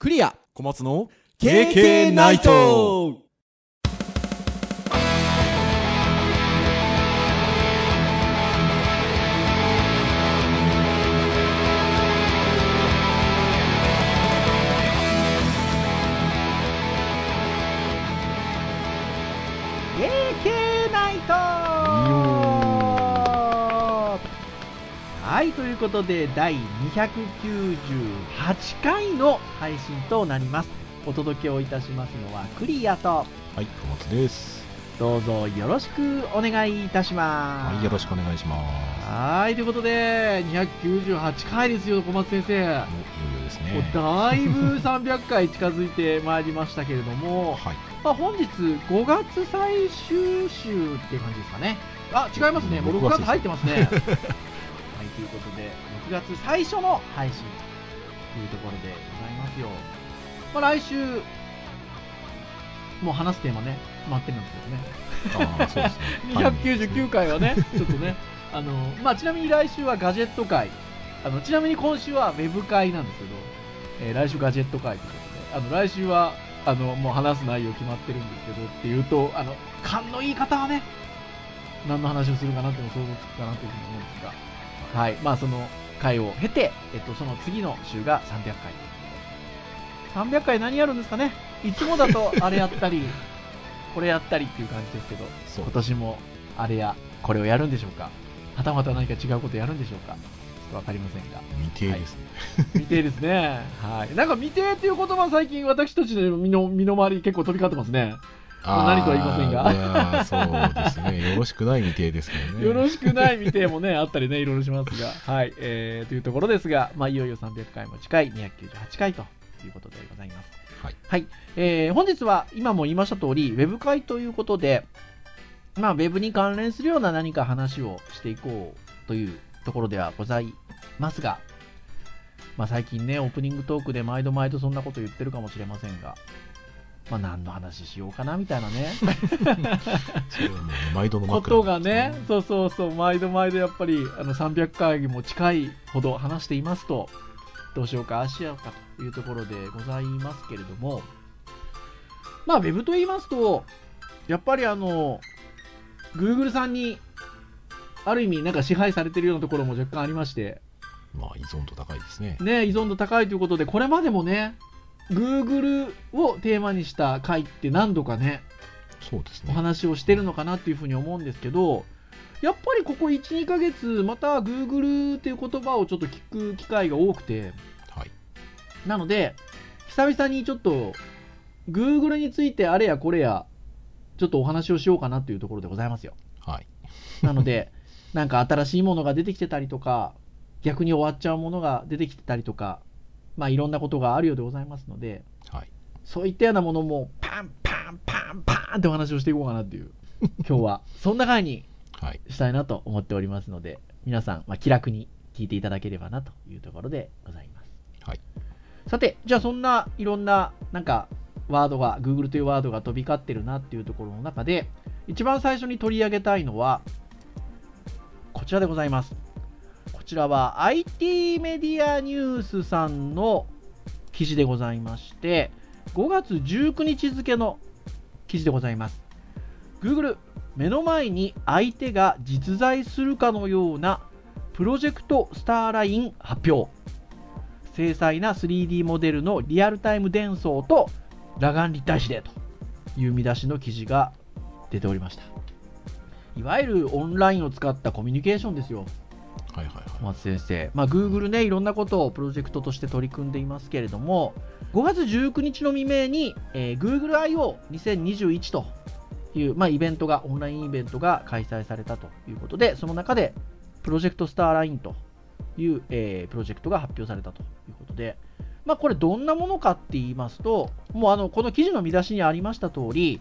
クリア小松の KK ナイト。 はい、ということで第298回の配信となります。お届けをいたしますのはクリアと、 はい、小松です。 どうぞよろしくお願いいたします。 はい、よろしくお願いします。 はい、ということで298回ですよ、小松先生。 いよいよですね。 もうだいぶ300回近づいてまいりましたけれども、 はい、 本日5月最終週っていう感じですかね。あ、違いますね、もう6月入ってますね。はい、ということで6月最初の配信というところでございますよ。来週もう話すテーマね決まってるんですけどね。 あ、そうですね。 299回はねちょっとねちなみに来週はガジェット会、ちなみに今週はウェブ会なんですけど、来週ガジェット会ということで、来週はもう話す内容決まってるんですけどっていうと、勘のいい方はね何の話をするかなっても想像つくかなというふうに思うんですが、はい、その回を経て、その次の週が300回。300回何やるんですかね。いつもだとあれやったりこれやったりっていう感じですけど、今年もあれやこれをやるんでしょうか、はたまた何か違うことやるんでしょうか、ちょっと分かりませんが、 未定ですね。 はい、未定ですね。はい、なんか未定っていう言葉、最近私たちの身の回り結構飛び交ってますね。何とは言いませんが、 いや、そうですね。よろしくない未定ですけどね。 よろしくない未定もねあったりね、いろいろしますが、はい、というところですが、いよいよ300回も近い298回ということでございます。 はい、 はい、本日は今も言いました通りウェブ会ということで、ウェブに関連するような何か話をしていこうというところではございますが、最近ねオープニングトークで毎度そんなこと言ってるかもしれませんが、何の話しようかなみたいなねそれはもう、毎度のことがね、そう毎度やっぱり300回も近いほど話していますと、どうしようかああしようかというところでございますけれども、ウェブと言いますとやっぱりGoogle さんにある意味なんか支配されているようなところも若干ありまして、 依存度高いですね。 依存度高いということで、これまでもねGoogle をテーマにした回って何度かね、 そうですね、 お話をしてるのかなっていうふうに思うんですけど、やっぱりここ 1,2 ヶ月また Google っていう言葉をちょっと聞く機会が多くて、 はい、 なので久々にちょっと Google についてあれやこれやちょっとお話をしようかなっていうところでございますよ。 はい、 なのでなんか新しいものが出てきてたりとか、逆に終わっちゃうものが出てきてたりとか、いろんなことがあるようでございますので、 はい、 そういったようなものもパンってお話をしていこうかなっていう今日はそんな回にしたいなと思っておりますので、皆さん、気楽に聞いていただければなというところでございます。 はい、 さて、じゃあそんないろんななんかワードが Google というワードが飛び交ってるなっていうところの中で、一番最初に取り上げたいのはこちらでございます。こちらは IT メディアニュースさんの記事でございまして、5月19日付の記事でございます。 Google 目の前に相手が実在するかのようなプロジェクトスターライン発表、精細な 3D モデルのリアルタイム伝送と裸眼立体指令という見出しの記事が出ておりました。いわゆるオンラインを使ったコミュニケーションですよ。 はいはいはい、 松先生、Google ねいろんなことをプロジェクトとして取り組んでいますけれども、5月19日の未明に、Google I/O2021 という、イベントがオンラインイベントが開催されたということで、その中でプロジェクトスターラインという、プロジェクトが発表されたということで、これどんなものかって言いますと、もうこの記事の見出しにありました通り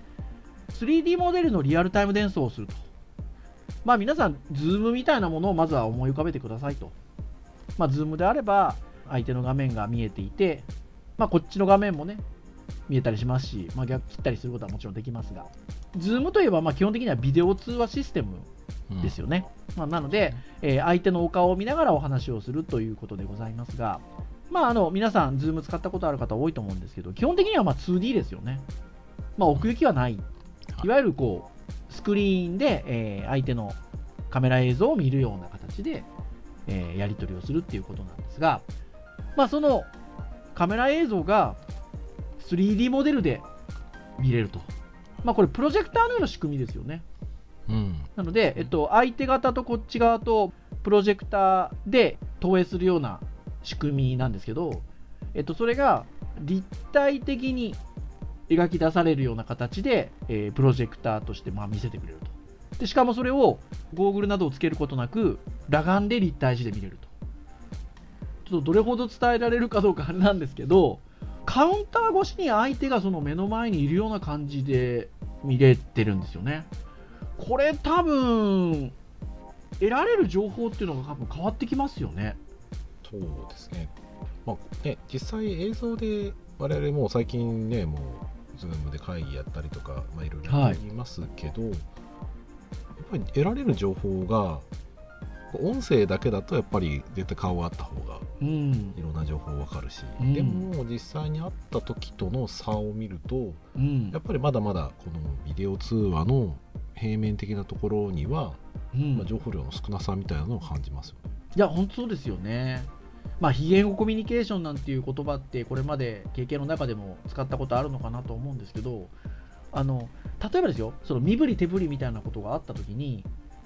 3D モデルのリアルタイム伝送をすると。皆さん Zoom みたいなものをまずは思い浮かべてくださいと。Zoom であれば相手の画面が見えていて、こっちの画面もね見えたりしますし、逆切ったりすることはもちろんできますが、Zoom といえば基本的にはビデオ通話システムですよね。なので、相手のお顔を見ながらお話をするということでございますが、 皆さん Zoom 使ったことある方多いと思うんですけど、基本的には2D ですよね。奥行きはない。いわゆるスクリーンで、相手のカメラ映像を見るような形で、やり取りをするっていうことなんですが、そのカメラ映像が 3D モデルで見れると。これプロジェクターのような仕組みですよね。なので、相手方とこっち側とプロジェクターで投影するような仕組みなんですけど、それが立体的に描き出されるような形で、プロジェクターとして見せてくれると。でしかもそれをゴーグルなどをつけることなく裸眼で立体視で見れると。ちょっとどれほど伝えられるかどうかあれなんですけど、カウンター越しに相手がその目の前にいるような感じで見れてるんですよね。これ多分得られる情報っていうのが多分変わってきますよね。 そうですね。実際映像で我々も最近ね、もう Zoom で会議やったりとか、いろいろやっていますけど、やっぱり得られる情報が音声だけだとやっぱり絶対顔があった方がいろんな情報わかるし、でも実際に会った時との差を見ると、やっぱりまだまだこのビデオ通話の平面的なところには、情報量の少なさみたいなのを感じますよね。 いや本当そうですよね。非言語コミュニケーションなんていう言葉ってこれまで経験の中でも使ったことあるのかなと思うんですけど、例えばですよ、その身振り手振りみたいなことがあった時に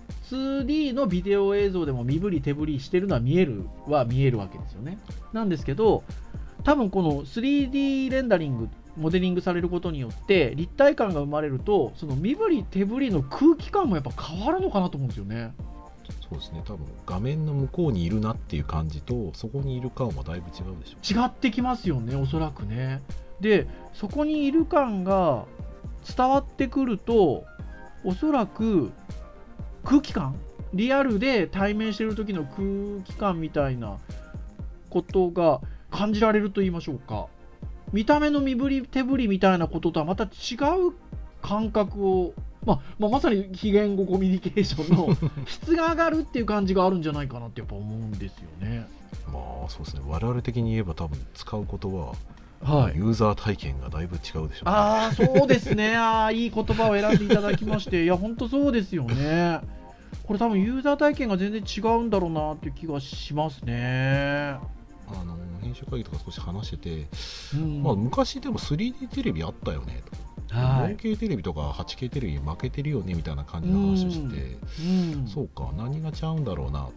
2D のビデオ映像でも身振り手振りしてるのは見えるわけですよね。なんですけど、多分この 3D レンダリングモデリングされることによって立体感が生まれると、その身振り手振りの空気感もやっぱ変わるのかなと思うんですよね。 そうですね。多分画面の向こうにいるなっていう感じとそこにいる感はだいぶ違うでしょう。 違ってきますよね、おそらくね。でそこにいる感が伝わってくると、おそらく空気感、リアルで対面してる時の空気感みたいなことが感じられると言いましょうか。見た目の身振り手振りみたいなこととはまた違う感覚を、まさに非言語コミュニケーションの質が上がるっていう感じがあるんじゃないかなってやっぱ思うんですよね。 そうですね。我々的に言えば多分使う言葉はユーザー体験がだいぶ違うでしょうね。 そうですね。いい言葉を選んでいただきまして、いや本当そうですよね。これ多分ユーザー体験が全然違うんだろうなっていう気がしますね。 編集会議とか少し話してて、昔でも 3D テレビあったよねと。4K テレビとか 8K テレビ負けてるよねみたいな感じの話をして、そうか、何がちゃうんだろうなと思って、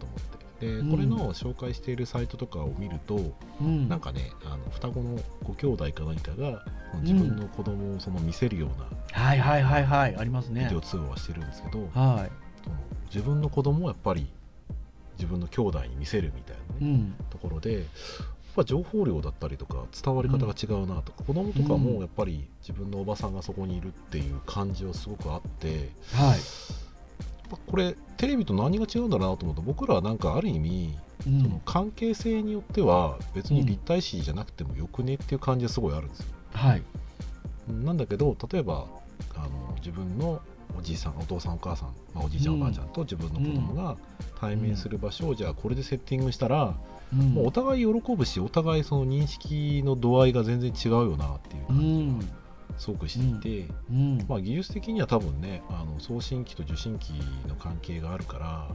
でこれの紹介しているサイトとかを見ると、なんかね、双子のご兄弟か何かが自分の子供を見せるような、 ありますね、 ビデオ通話をしてるんですけど、自分の子供をやっぱり自分の兄弟に見せるみたいな、ところで情報量だったりとか伝わり方が違うなとか、子供とかもやっぱり自分のおばさんがそこにいるっていう感じはすごくあって、これテレビと何が違うんだろうなと思うと、僕らはなんかある意味、その関係性によっては別に立体視じゃなくてもよくねっていう感じがすごいあるんですよ。なんだけど、例えば自分のおじいさん、お父さんお母さん、おじいちゃんおばあちゃんと自分の子供が対面する場所をじゃあこれでセッティングしたら、もうお互い喜ぶし、お互いその認識の度合いが全然違うよなっていう感じがすごくしていて、技術的には多分ね、送信機と受信機の関係があるから、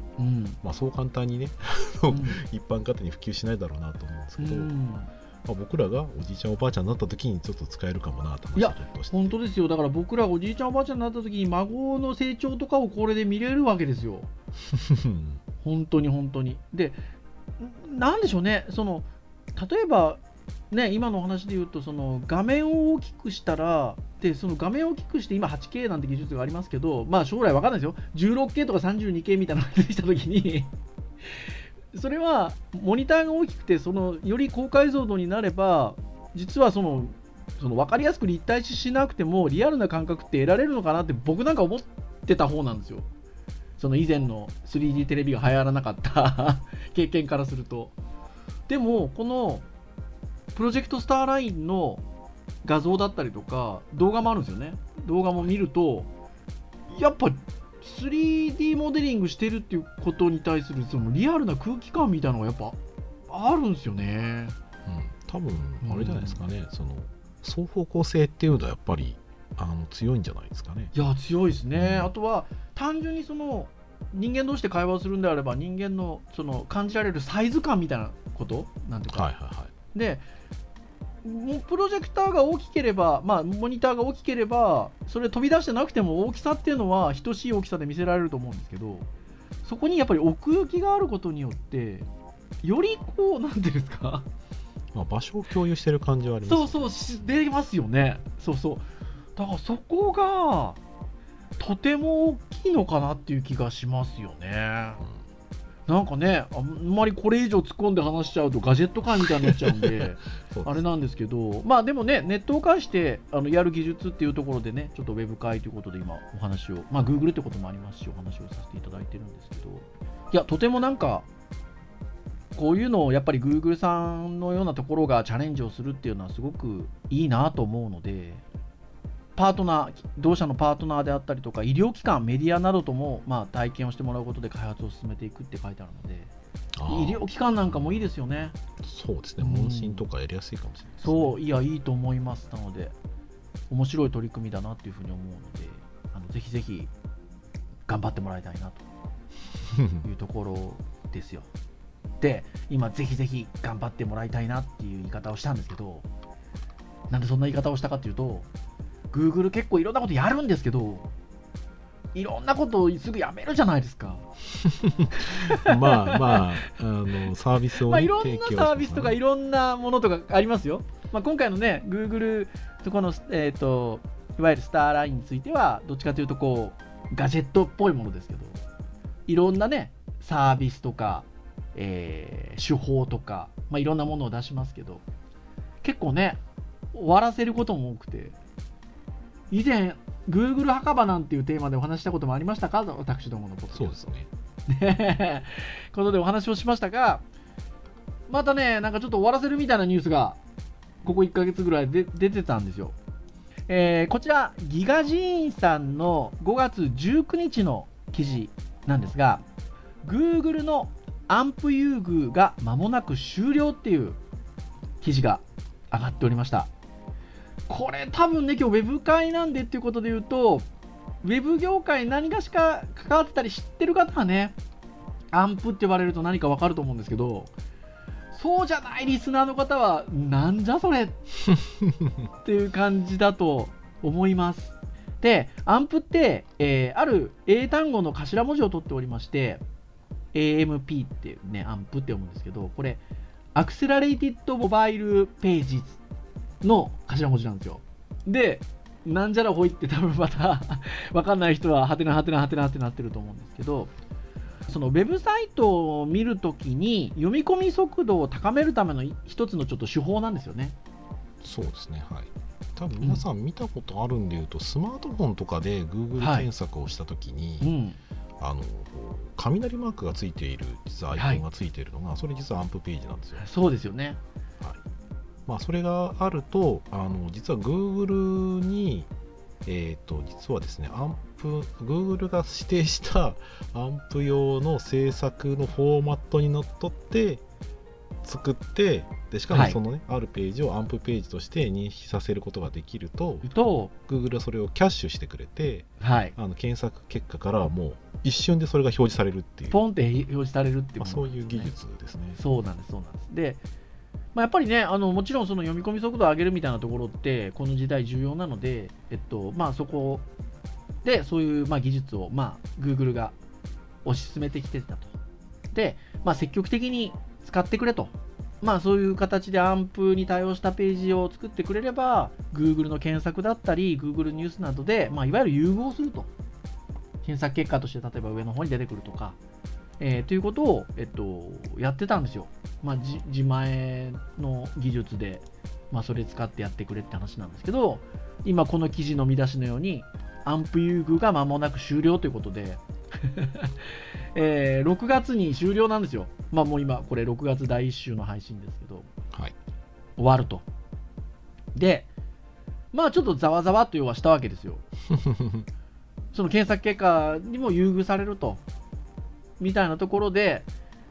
そう簡単にね一般家庭に普及しないだろうなと思うんですけど、僕らがおじいちゃんおばあちゃんになった時にちょっと使えるかもなと思って。いや本当ですよ。だから僕らおじいちゃんおばあちゃんになった時に孫の成長とかをこれで見れるわけですよ本当に。でなんでしょうね、例えばね、今のお話で言うと、画面を大きくしたら、でその画面を大きくして今 8K なんて技術がありますけど、将来わかんないですよ、 16K とか 32K みたいなのが出てきた時にそれはモニターが大きくてより高解像度になれば、実は分かりやすく立体視しなくてもリアルな感覚って得られるのかなって僕なんか思ってた方なんですよ。以前の 3D テレビが流行らなかった経験からすると。でもこのプロジェクトスターラインの画像だったりとか動画もあるんですよね。動画も見るとやっぱ 3D モデリングしてるっていうことに対するリアルな空気感みたいなのがやっぱあるんですよね。 多分あれじゃないですかね、その双方向性っていうのはやっぱり強いんじゃないですかね。 いや強いですね、あとは単純にその人間同士で会話をするんであれば人間のその感じられるサイズ感みたいなことなんていうか、でもうプロジェクターが大きければ、モニターが大きければそれ飛び出してなくても大きさっていうのは等しい大きさで見せられると思うんですけど、そこにやっぱり奥行きがあることによってよりこうなんていうんですか、 場所を共有してる感じはありますね。 そう出ますよね。そうだからそこがとても大きいのかなっていう気がしますよね。なんかね、あんまりこれ以上突っ込んで話しちゃうとガジェット界みたいになっちゃうんであれなんですけど、でもね、ネットを介してやる技術っていうところでね、ちょっとウェブ会ということで今お話を、Google ってこともありますしお話をさせていただいてるんですけど、いやとてもなんかこういうのをやっぱり Google さんのようなところがチャレンジをするっていうのはすごくいいなと思うので、パートナー、同社のパートナーであったりとか医療機関、メディアなどとも体験をしてもらうことで開発を進めていくって書いてあるので、医療機関なんかもいいですよね。 そうですね、問診とかやりやすいかもしれないですね。 そう、いやいいと思います。なので面白い取り組みだなっていうふうに思うので、ぜひぜひ頑張ってもらいたいなというところですよ。で、今ぜひぜひ頑張ってもらいたいなっていう言い方をしたんですけど、なんでそんな言い方をしたかっていうと、Google 結構いろんなことやるんですけど、いろんなことをすぐやめるじゃないですか。 サービスを、 いろんなサービスとかいろんなものとかありますよ。今回のね Google とこの、いわゆるスターラインについてはどっちかというとこうガジェットっぽいものですけど、いろんなねサービスとか、手法とか、いろんなものを出しますけど、結構ね終わらせることも多くて、以前 Google 墓場なんていうテーマでお話したこともありましたか、私どものこと。 そうですねことでお話をしましたが、またねなんかちょっと終わらせるみたいなニュースがここ1ヶ月ぐらいで出てたんですよ。こちらギガジーンさんの5月19日の記事なんですが、 Google のアンプ優遇が間もなく終了っていう記事が上がっておりました。これ多分ね今日ウェブ会なんでっていうことで言うと、ウェブ業界何かしか関わってたり知ってる方はね、アンプって言われると何か分かると思うんですけど、そうじゃないリスナーの方はなんじゃそれっていう感じだと思います。で、アンプって、ある英単語の頭文字を取っておりまして、AMP っていうねアンプって読むんですけど、これアクセラレイティッドモバイルページの頭文字なんですよ。で、なんじゃらほいって多分また分かんない人はハテナハテナハテナってなってると思うんですけど、そのウェブサイトを見るときに読み込み速度を高めるための一つのちょっと手法なんですよね。 そうですね、はい。多分皆さん見たことあるんでいうと、スマートフォンとかで Google 検索をしたときに、雷マークがついている実はアイコンがついているのが、それ実はアンプページなんですよ。 そうですよね。 それがあると実は Google に、実はですねGoogle が指定したアンプ用の制作のフォーマットにのっとって作って、でしかもそのね、あるページをアンプページとして認識させることができると Google はそれをキャッシュしてくれて、検索結果からもう一瞬でそれが表示されるっていう、 ポンって表示されるっていう、 そういう技術ですね。 そうなんです。で、やっぱりねもちろんその読み込み速度を上げるみたいなところってこの時代重要なので、そこでそういう技術をGoogle が推し進めてきてたと。で、積極的に使ってくれと、そういう形でアンプに対応したページを作ってくれれば Google の検索だったり Google ニュースなどで、いわゆる融合すると、検索結果として例えば上の方に出てくるとか、ということを、やってたんですよ。自前の技術で、それ使ってやってくれって話なんですけど、今この記事の見出しのようにアンプ優遇が間もなく終了ということで6月に終了なんですよ。もう今これ6月第1週の配信ですけど、終わると。で、ちょっとざわざわと要はしたわけですよその検索結果にも優遇されるとみたいなところで、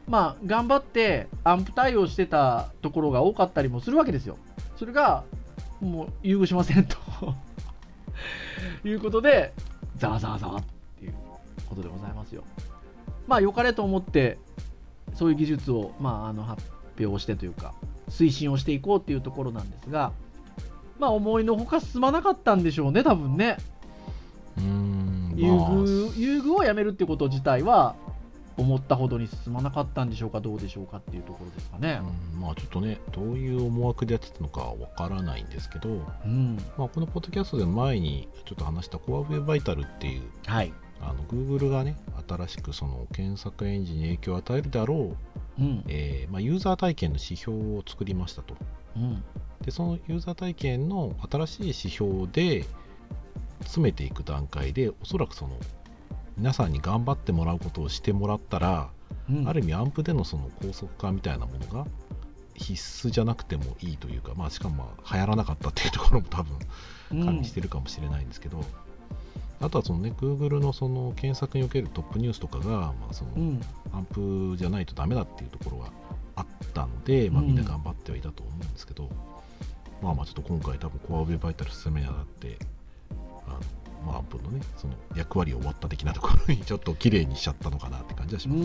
まあ頑張ってアンプ対応してたところが多かったりもするわけですよ。それがもう優遇しませんということでざわざわざわっていうことでございますよ。まあ良かれと思ってそういう技術を、発表してというか推進をしていこうっていうところなんですが、まあ思いのほか進まなかったんでしょうね、多分ね。優遇をやめるってこと自体は思ったほどに進まなかったんでしょうか、どうでしょうかっていうところですかね。 ちょっとね、どういう思惑でやってたのかわからないんですけど、このポッドキャストで前にちょっと話したコアウェブバイタルっていう、Google がね新しくその検索エンジンに影響を与えるであろう、ユーザー体験の指標を作りましたと、でそのユーザー体験の新しい指標で詰めていく段階で、おそらくその皆さんに頑張ってもらうことをしてもらったら、ある意味アンプでのその高速化みたいなものが必須じゃなくてもいいというか、しかも流行らなかったっていうところも多分加味してるかもしれないんですけど、あとはそのね Google のその検索におけるトップニュースとかが、そのアンプじゃないとダメだっていうところがあったので、みんな頑張ってはいたと思うんですけど、ちょっと今回多分コアウェブバイタル進めにあたってアンプのねその役割を終わった的なところにちょっと綺麗にしちゃったのかなって感じはします。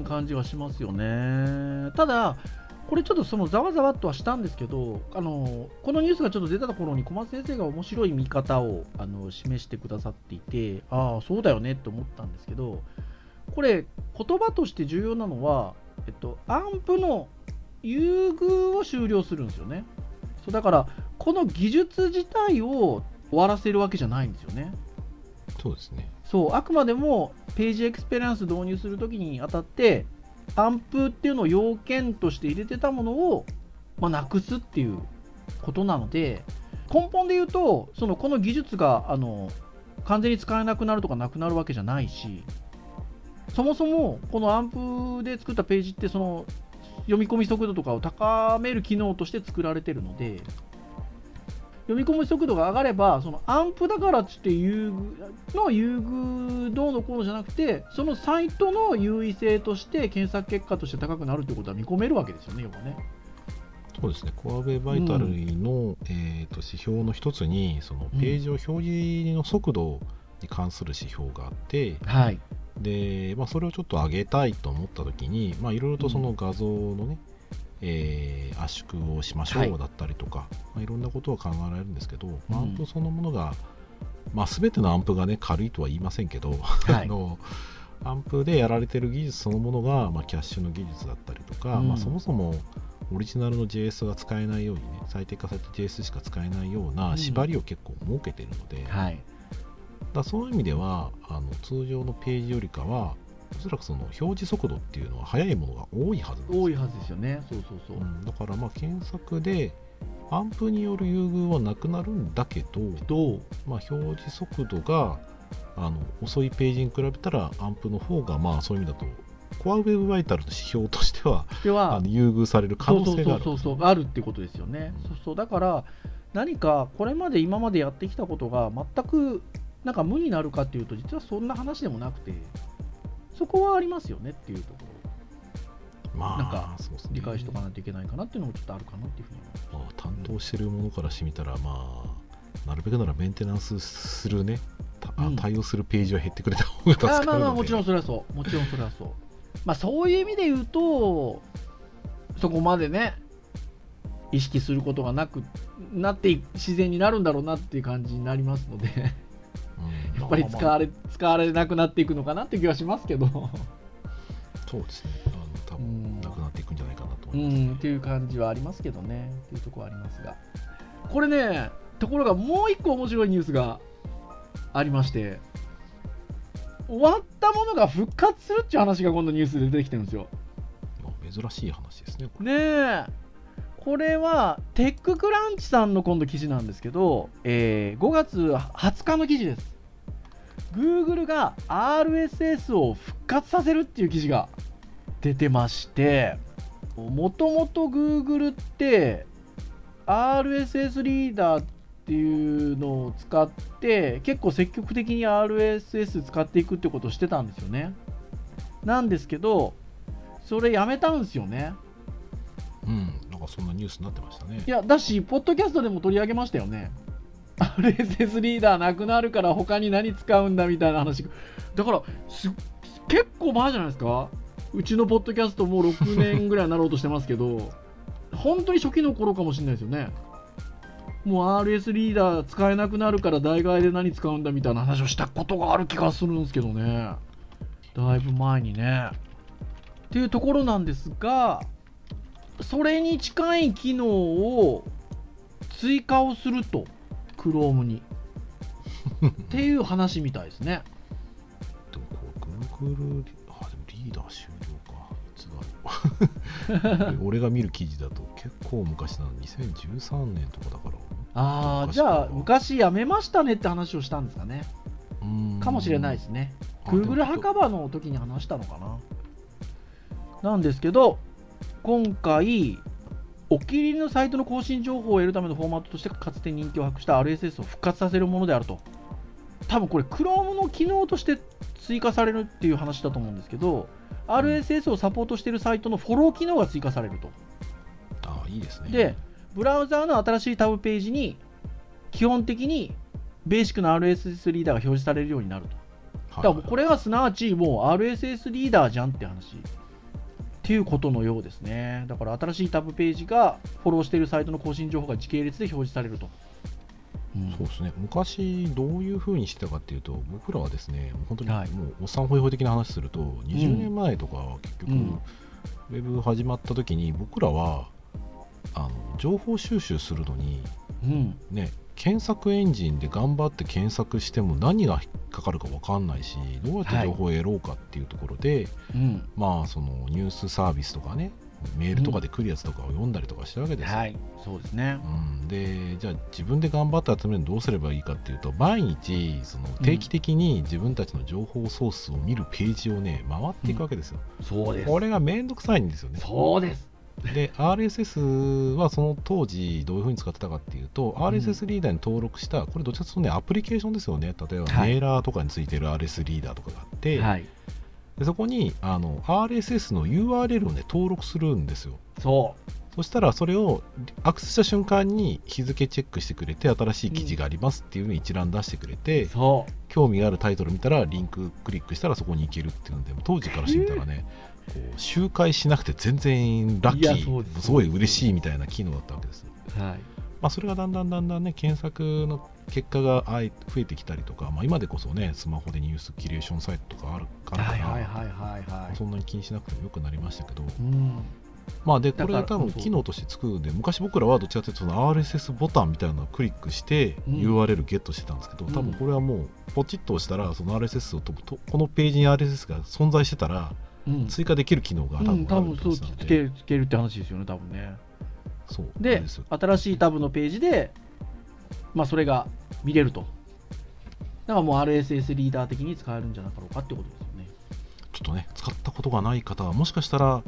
感じはしますよね。ただこれちょっとそのざわざわっとはしたんですけど、このニュースがちょっと出たところに小松先生が面白い見方を示してくださっていて、ああそうだよねって思ったんですけど、これ言葉として重要なのは、アンプの優遇を終了するんですよね。そうだからこの技術自体を終わらせるわけじゃないんですよね。 そうですね。 そう、あくまでもページエクスペリエンス導入するときにあたってアンプっていうのを要件として入れてたものを、なくすっていうことなので、根本で言うとこの技術が完全に使えなくなるとかなくなるわけじゃないし、そもそもこのアンプで作ったページってその読み込み速度とかを高める機能として作られてるので、読み込む速度が上がれば、そのアンプだからっつって優遇どうのこうのじゃなくて、そのサイトの優位性として検索結果として高くなるということは見込めるわけですよね、要はね。 そうですね。コアウェブバイタルの、指標の一つにそのページを表示の速度に関する指標があって、で、それをちょっと上げたいと思った時に、いろいろとその画像のね、圧縮をしましょうだったりとか、いろんなことを考えられるんですけど、アンプそのものが、全てのアンプがね軽いとは言いませんけど、アンプでやられてる技術そのものが、キャッシュの技術だったりとか、そもそもオリジナルの JS が使えないようにね、最適化された JS しか使えないような縛りを結構設けているので、だそういう意味では通常のページよりかはおそらくその表示速度っていうのは速いものが多いはずなんですよ。 多いはずですよね。 だから検索でアンプによる優遇はなくなるんだけど、表示速度が遅いページに比べたらアンプの方がそういう意味だとコアウェブバイタルの指標としては優遇される可能性がある。 あるってことですよね。だから何かこれまで今までやってきたことが全くなんか無になるかっていうと、実はそんな話でもなくて、そこはありますよねっていうところ、なんか理解しとかないといけないかなっていうのもちょっとあるかなっていうふうに思います。 担当してるものからしてみたら、なるべくならメンテナンスするね、対応するページは減ってくれた方が助かるので、 もちろんそれはそう、そういう意味で言うと、そこまでね意識することがなくなって自然になるんだろうなっていう感じになりますのでやっぱり使われなくなっていくのかなって気はしますけどそうですね、多分なくなっていくんじゃないかなと思います、 っていう感じはありますけどね、っていうところはありますが、これね、ところがもう一個面白いニュースがありまして、終わったものが復活するっていう話が今度ニュースで出てきてるんですよ。 珍しい話ですね、 これはテッククランチさんの今度記事なんですけど、5月20日の記事です。 Google が RSS を復活させるっていう記事が出てまして、もともと Google って RSS リーダーっていうのを使って結構積極的に RSS 使っていくってことをしてたんですよね。なんですけど、 それやめたんですよね。 なんかそんなニュースになってましたね。 いやだしポッドキャストでも取り上げましたよね。RSS リーダーなくなるから他に何使うんだみたいな話。だから結構前じゃないですか。うちのポッドキャストもう6年ぐらいになろうとしてますけど本当に初期の頃かもしれないですよね。もう RS リーダー使えなくなるから代替えで何使うんだみたいな話をしたことがある気がするんですけどね。だいぶ前にねっていうところなんですが、それに近い機能を追加をすると Chrome にっていう話みたいですね。 でもこう Google でもリーダー終了か、いつだろう俺が見る記事だと結構昔なの、2013年とかだから。 じゃあ昔やめましたねって話をしたんですかね。かもしれないですね。 Google 墓場の時に話したのかな。なんですけど今回お気に入りのサイトの更新情報を得るためのフォーマットとしてかつて人気を博した RSS を復活させるものであると。多分これ Chrome の機能として追加されるっていう話だと思うんですけど、RSS をサポートしているサイトのフォロー機能が追加されると。 いいですね。 でブラウザーの新しいタブページに基本的にベーシックな RSS リーダーが表示されるようになると。だからこれがすなわちもう RSS リーダーじゃんって話っていうことのようですね。だから新しいタブページがフォローしているサイトの更新情報が時系列で表示されると。 そうですね。昔どういう風にしてたかっていうと、僕らはですね、本当にもうおっさんホイホイ的な話すると、20年前とか結局、ウェブ始まった時に僕らは情報収集するのに、ね、検索エンジンで頑張って検索しても何が引っかかるか分かんないし、どうやって情報を得ろうかっていうところで、まあそのニュースサービスとかね、メールとかで来るやつとかを読んだりとかしたわけですよ。 そうですね。 でじゃあ自分で頑張って集めるのどうすればいいかっていうと、毎日その定期的に自分たちの情報ソースを見るページをね回っていくわけですよ。 そうです。 これがめんどくさいんですよね。 そうです。 で RSS はその当時どういう風に使ってたかっていうと、RSS リーダーに登録したこれどちらかというとねアプリケーションですよね。例えばメーラーとかについている RSS リーダーとかがあって、でそこにRSS の URL をね登録するんですよ。そしたらそれをアクセスした瞬間に日付チェックしてくれて、新しい記事がありますっていうのに一覧出してくれて、興味があるタイトル見たらリンククリックしたらそこに行けるっていうので、当時からしてみたらねこう周回しなくて全然ラッキー、すごい嬉しいみたいな機能だったわけです。それがだんだんね検索の結果が増えてきたりとか、今でこそねスマホでニュースキュレーションサイトとかあるからそんなに気にしなくてもよくなりましたけど、でこれが多分機能としてつくんで、昔僕らはどちらかというとその RSS ボタンみたいなのをクリックして URL ゲットしてたんですけど、多分これはもうポチッと押したらその RSS をこのページに RSS が存在してたら追加できる機能が多分あるそうつけるって話ですよね、多分ね。 そうで新しいタブのページでそれが見れると。だからもう RSS リーダー的に使えるんじゃなかろうかってことですよね。 ちょっとね使ったことがない方はもしかしたら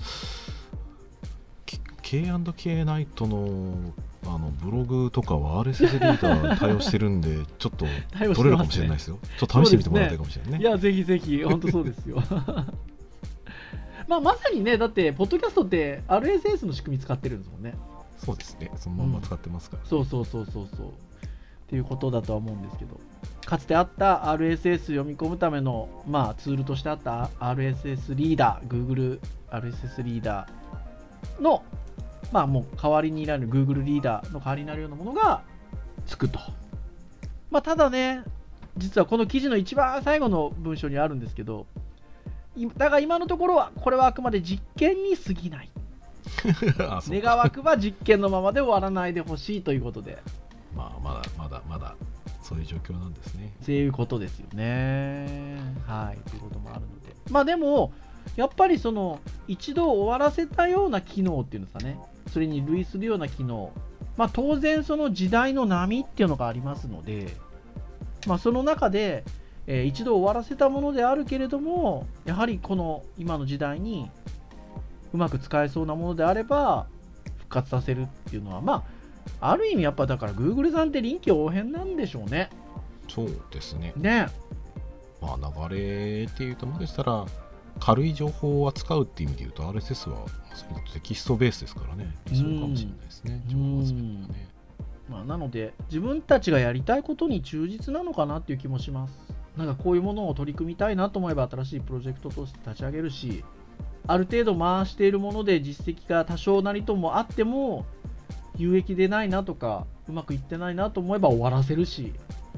K&K ナイトのブログとかは RSS リーダー対応してるんでちょっと取れるかもしれないですよ。ちょっと試してみてもらいたいかもしれないね。 いやぜひぜひ本当そうですよ。まさにね、だってポッドキャストって RSS の仕組み使ってるんですもんね。 そうですね、そのまま使ってますから、 そうっていうことだとは思うんですけど、かつてあった RSS 読み込むための、ツールとしてあった RSS リーダー、 Google RSS リーダーのもう代わりになる Google リーダーの代わりになるようなものがつくと。ただね、実はこの記事の一番最後の文章にあるんですけど、だが今のところはこれはあくまで実験に過ぎない願わくば実験のままで終わらないでほしいということで、 まだそういう状況なんですね。 っていうことですよね。ということもあるので、でもやっぱりその一度終わらせたような機能っていうんですかね、それに類するような機能、当然その時代の波っていうのがありますので、その中で一度終わらせたものであるけれども、やはりこの今の時代にうまく使えそうなものであれば復活させるっていうのは、ある意味やっぱだから Google さんって臨機応変なんでしょうね。 そうですね。 流れっていうともしかしたら軽い情報を扱うっていう意味で言うと RSS はテキストベースですからね、理想かもしれないですね、情報集めがね。 なので自分たちがやりたいことに忠実なのかなっていう気もします。なんかこういうものを取り組みたいなと思えば新しいプロジェクトとして立ち上げるし、ある程度回しているもので実績が多少なりともあっても有益でないなとかうまくいってないなと思えば終わらせるし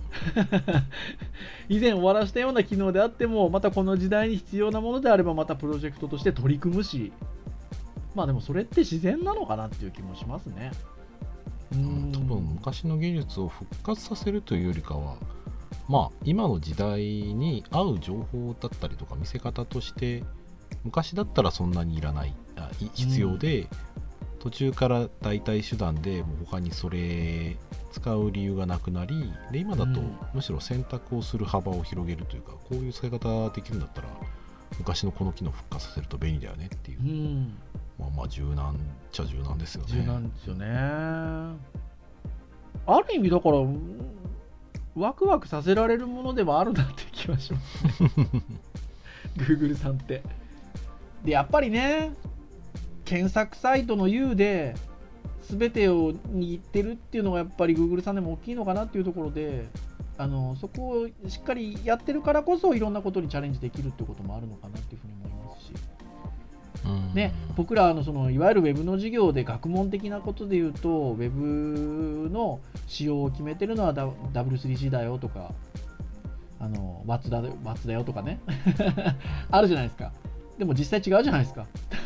以前終わらせたような機能であってもまたこの時代に必要なものであればまたプロジェクトとして取り組むし、でもそれって自然なのかなっていう気もしますね。 多分昔の技術を復活させるというよりかは、今の時代に合う情報だったりとか見せ方として昔だったらそんなにいらない必要で、途中から代替手段でもう他にそれ使う理由がなくなりで、今だとむしろ選択をする幅を広げるというか、こういう使い方できるんだったら昔のこの機能復活させると便利だよねっていう、柔軟っちゃ柔軟ですよね。 柔軟ですよね。ある意味だからワクワクさせられるものでもあるなって気がしますねGoogle さんってでやっぱりね、検索サイトの U で全てを握ってるっていうのがやっぱり Google さんでも大きいのかなっていうところで、そこをしっかりやってるからこそいろんなことにチャレンジできるっていうこともあるのかなっていうふうに思いますし、ね、僕らそのいわゆる Web の授業で学問的なことで言うと Web の仕様を決めてるのは W3C だよとかWATS だよとかねあるじゃないですか。でも実際違うじゃないですか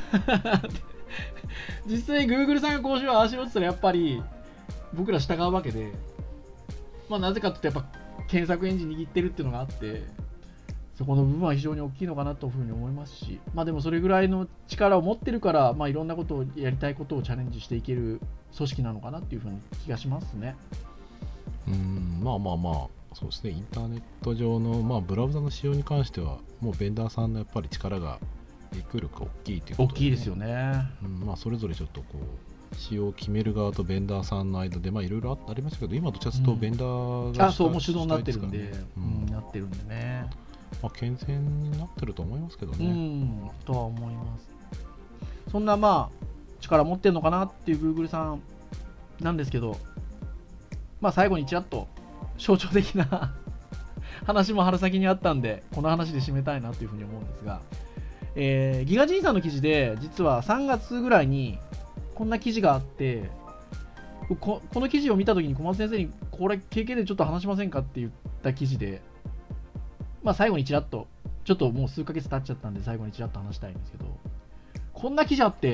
実際 Google さんがこうしようああしようって言ったらやっぱり僕ら従うわけで、なぜかって言うとやっぱ検索エンジン握ってるっていうのがあって、そこの部分は非常に大きいのかなというふうに思いますし、でもそれぐらいの力を持ってるから、いろんなことをやりたいことをチャレンジしていける組織なのかなっていうふうに気がしますね。 そうですね。インターネット上の、ブラウザの仕様に関してはもうベンダーさんのやっぱり力が影響力が大きいということで、 大きいですよね。 それぞれちょっとこう仕様を決める側とベンダーさんの間でいろいろありましたけど、今どっちかというとベンダーがもう主導になってるんで、なってるんでね。 健全になってると思いますけどね。 とは思います。そんな力持ってるのかなっていう Google さんなんですけど、最後にちらっと象徴的な話も春先にあったんで、この話で締めたいなというふうに思うんですが、ギガジンさんの記事で実は3月ぐらいにこんな記事があって、この記事を見たときに小松先生にこれ経験でちょっと話しませんかって言った記事で、最後にちらっとちょっともう数ヶ月経っちゃったんで最後にちらっと話したいんですけど、こんな記事あって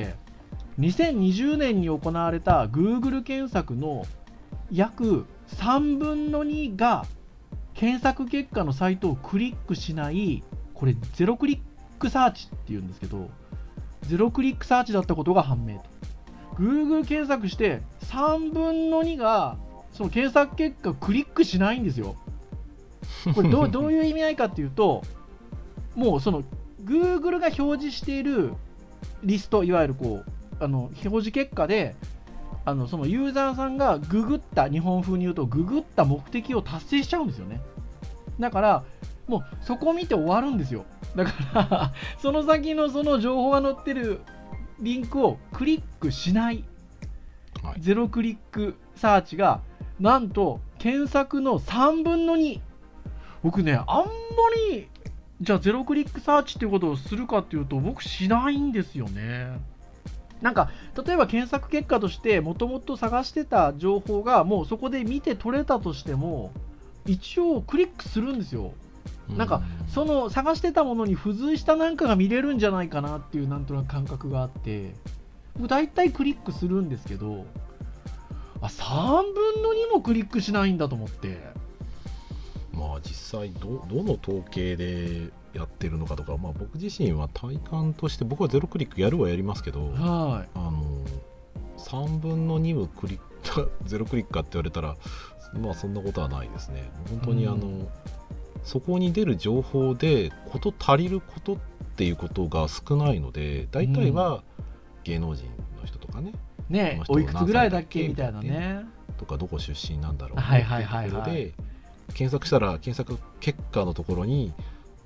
、2020年に行われた Google 検索の約3分の2が検索結果のサイトをクリックしない、これゼロクリックサーチっていうんですけど、ゼロクリックサーチだったことが判明と。 Google 検索して3分の2がその検索結果をクリックしないんですよ。これどういう意味合いかっていうと、もうその Google が表示しているリスト、いわゆる表示結果でそのユーザーさんがググった、日本風に言うとググった目的を達成しちゃうんですよね。だからもうそこを見て終わるんですよ。だからその先のその情報が載ってるリンクをクリックしない、ゼロクリックサーチがなんと検索の3分の2。僕ね、あんまりじゃあゼロクリックサーチっていうことをするかっていうと僕しないんですよね。なんか例えば検索結果としてもともと探してた情報がもうそこで見て取れたとしても一応クリックするんですよ。なんかその探してたものに付随したなんかが見れるんじゃないかなっていうなんとなく感覚があって、僕大体クリックするんですけど、3分の2もクリックしないんだと思って、 実際どの統計でやってるのかとか、僕自身は体感として僕はゼロクリックやるはやりますけど、3分の2をゼロクリックかって言われたらそんなことはないですね。本当にそこに出る情報で事足りることっていうことが少ないので、大体は芸能人の人とかね、 おいくつぐらいだっけみたいなねとか、どこ出身なんだろうっていうところで検索したら検索結果のところに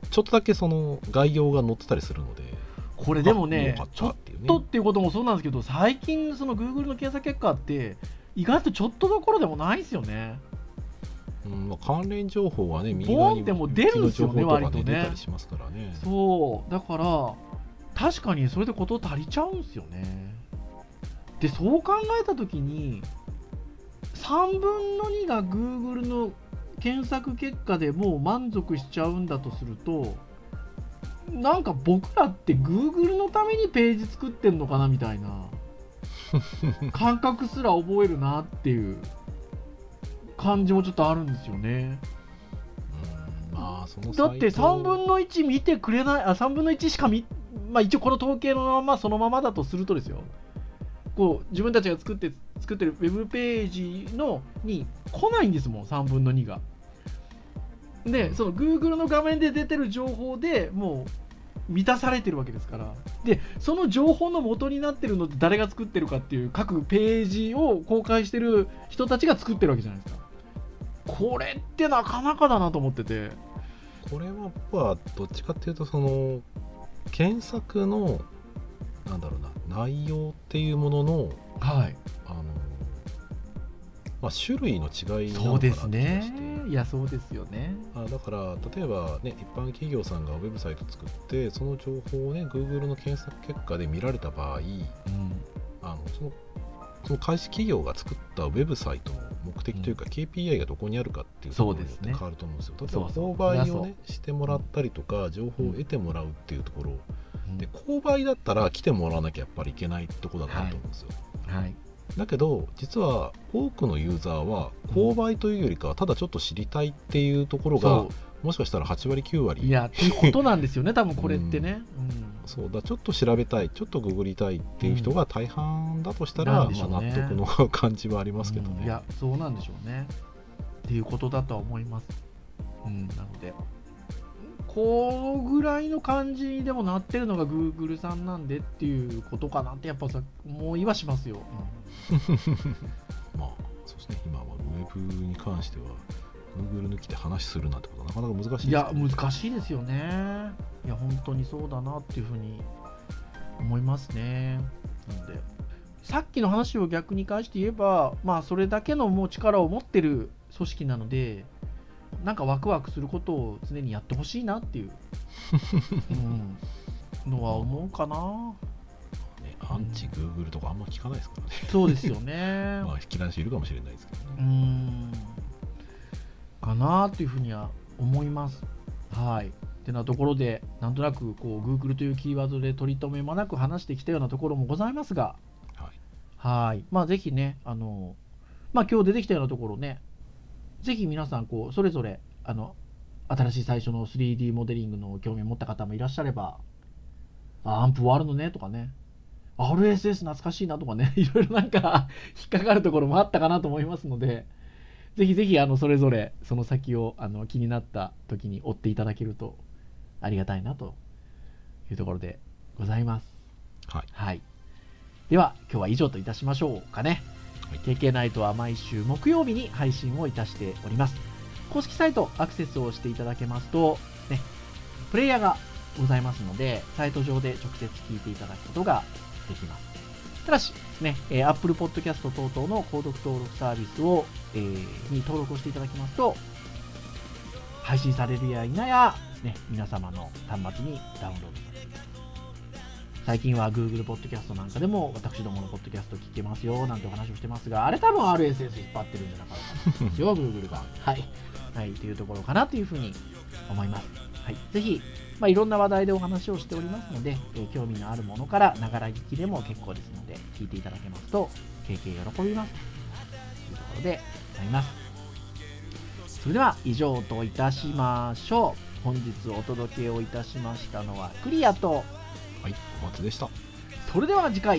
ちょっとだけその概要が載ってたりするので、 これでもね、ちょっとねっていうこともそうなんですけど、最近その Google の検索結果って意外とちょっとどころでもないですよね。 まあ、関連情報はね、右ボーンってもう出るんですよね、割とね。 出たりしますからね。 そうだから確かにそれで事足りちゃうんですよね。でそう考えたときに3分の2が Google の検索結果でもう満足しちゃうんだとすると、なんか僕らって Google のためにページ作ってんのかなみたいな感覚すら覚えるなっていう感じもちょっとあるんですよね。 まあ、そのだって3分の1見てくれない、3分の1しかまあ一応この統計のままそのままだとするとですよ、こう自分たちが作ってるウェブページに来ないんですもん、3分の2が。でその Google の画面で出てる情報でもう満たされてるわけですから。でその情報の元になってるのって誰が作ってるかっていう、各ページを公開してる人たちが作ってるわけじゃないですか。これってなかなかだなと思ってて、 これは僕はどっちかっていうと、その検索のなんだろうな、内容っていうものの、 はい、 まあ、種類の違いなのかなそうですって気がね。 して。 いやそうですよね。 だから例えばね、一般企業さんがウェブサイト作ってその情報をね Google の検索結果で見られた場合、その開始企業が作ったウェブサイトの目的というか、KPI がどこにあるかっていうところによって変わると思うんですよ。例えば購買をねしてもらったりとか情報を得てもらうっていうところで、購買だったら来てもらわなきゃやっぱりいけないところだなと思うんですよ。 はい、 だけど実は多くのユーザーは購買というよりかはただちょっと知りたいっていうところが、もしかしたら8割9割いやっていうことなんですよね多分これってね。 そうだ、ちょっと調べたい、ちょっとググりたいっていう人が大半だとしたら、まあ、納得の感じはありますけどね。 いやそうなんでしょうねっていうことだとは思います。なのでこのぐらいの感じにでもなってるのが Google さんなんでっていうことかなってやっぱさ思いはしますよ。 まあそうですね、今はウェブに関しては Google 抜きで話するなんてことはなかなか難しいですね。 いや難しいですよね。いや本当にそうだなっていうふうに思いますね。なのでさっきの話を逆に返して言えば、まあそれだけのもう力を持ってる組織なので、なんかワクワクすることを常にやってほしいなっていう、のは思うかな。 アンチ Google とかあんま聞かないですからね。 そうですよね。 まあ引き出しいるかもしれないですけどね。 かなというふうには思います。はい。ってなところで、なんとなくこう Google というキーワードで取り留めもなく話してきたようなところもございますが、はい。まあぜひね、まあ今日出てきたようなところね、ぜひ皆さんこうそれぞれ新しい最初の 3D モデリングの興味を持った方もいらっしゃれば、アンプはあるのねとかね、RSS 懐かしいなとかね、いろいろなんか引っかかるところもあったかなと思いますので、ぜひぜひそれぞれその先を気になった時に追っていただけるとありがたいなというところでございます。 はい。 はい、では今日は以上といたしましょうかね。KK ナイトは毎週木曜日に配信をいたしております。公式サイトアクセスをしていただけますと、ね、プレイヤーがございますので、サイト上で直接聞いていただくことができます。ただしですね、Apple Podcast 等々の購読登録サービスを、に登録をしていただきますと、配信されるや否や、ね、皆様の端末にダウンロードされています。最近は Google Podcast なんかでも私どものポッドキャスト聞けますよなんてお話をしてますが、あれ多分 RSS 引っ張ってるんじゃなかったんですよGoogle が。はい、はい、というところかなというふうに思います。はい、ぜひ、いろんな話題でお話をしておりますので、興味のあるものからながら聞きでも結構ですので聞いていただけますと経験喜びますというところでございます。それでは以上といたしましょう。本日お届けをいたしましたのはクリアと、 はい、小松でした。 それでは次回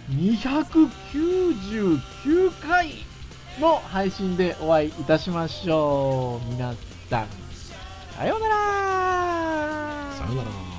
299回の配信でお会いいたしましょう。皆さんさようなら。 さようなら。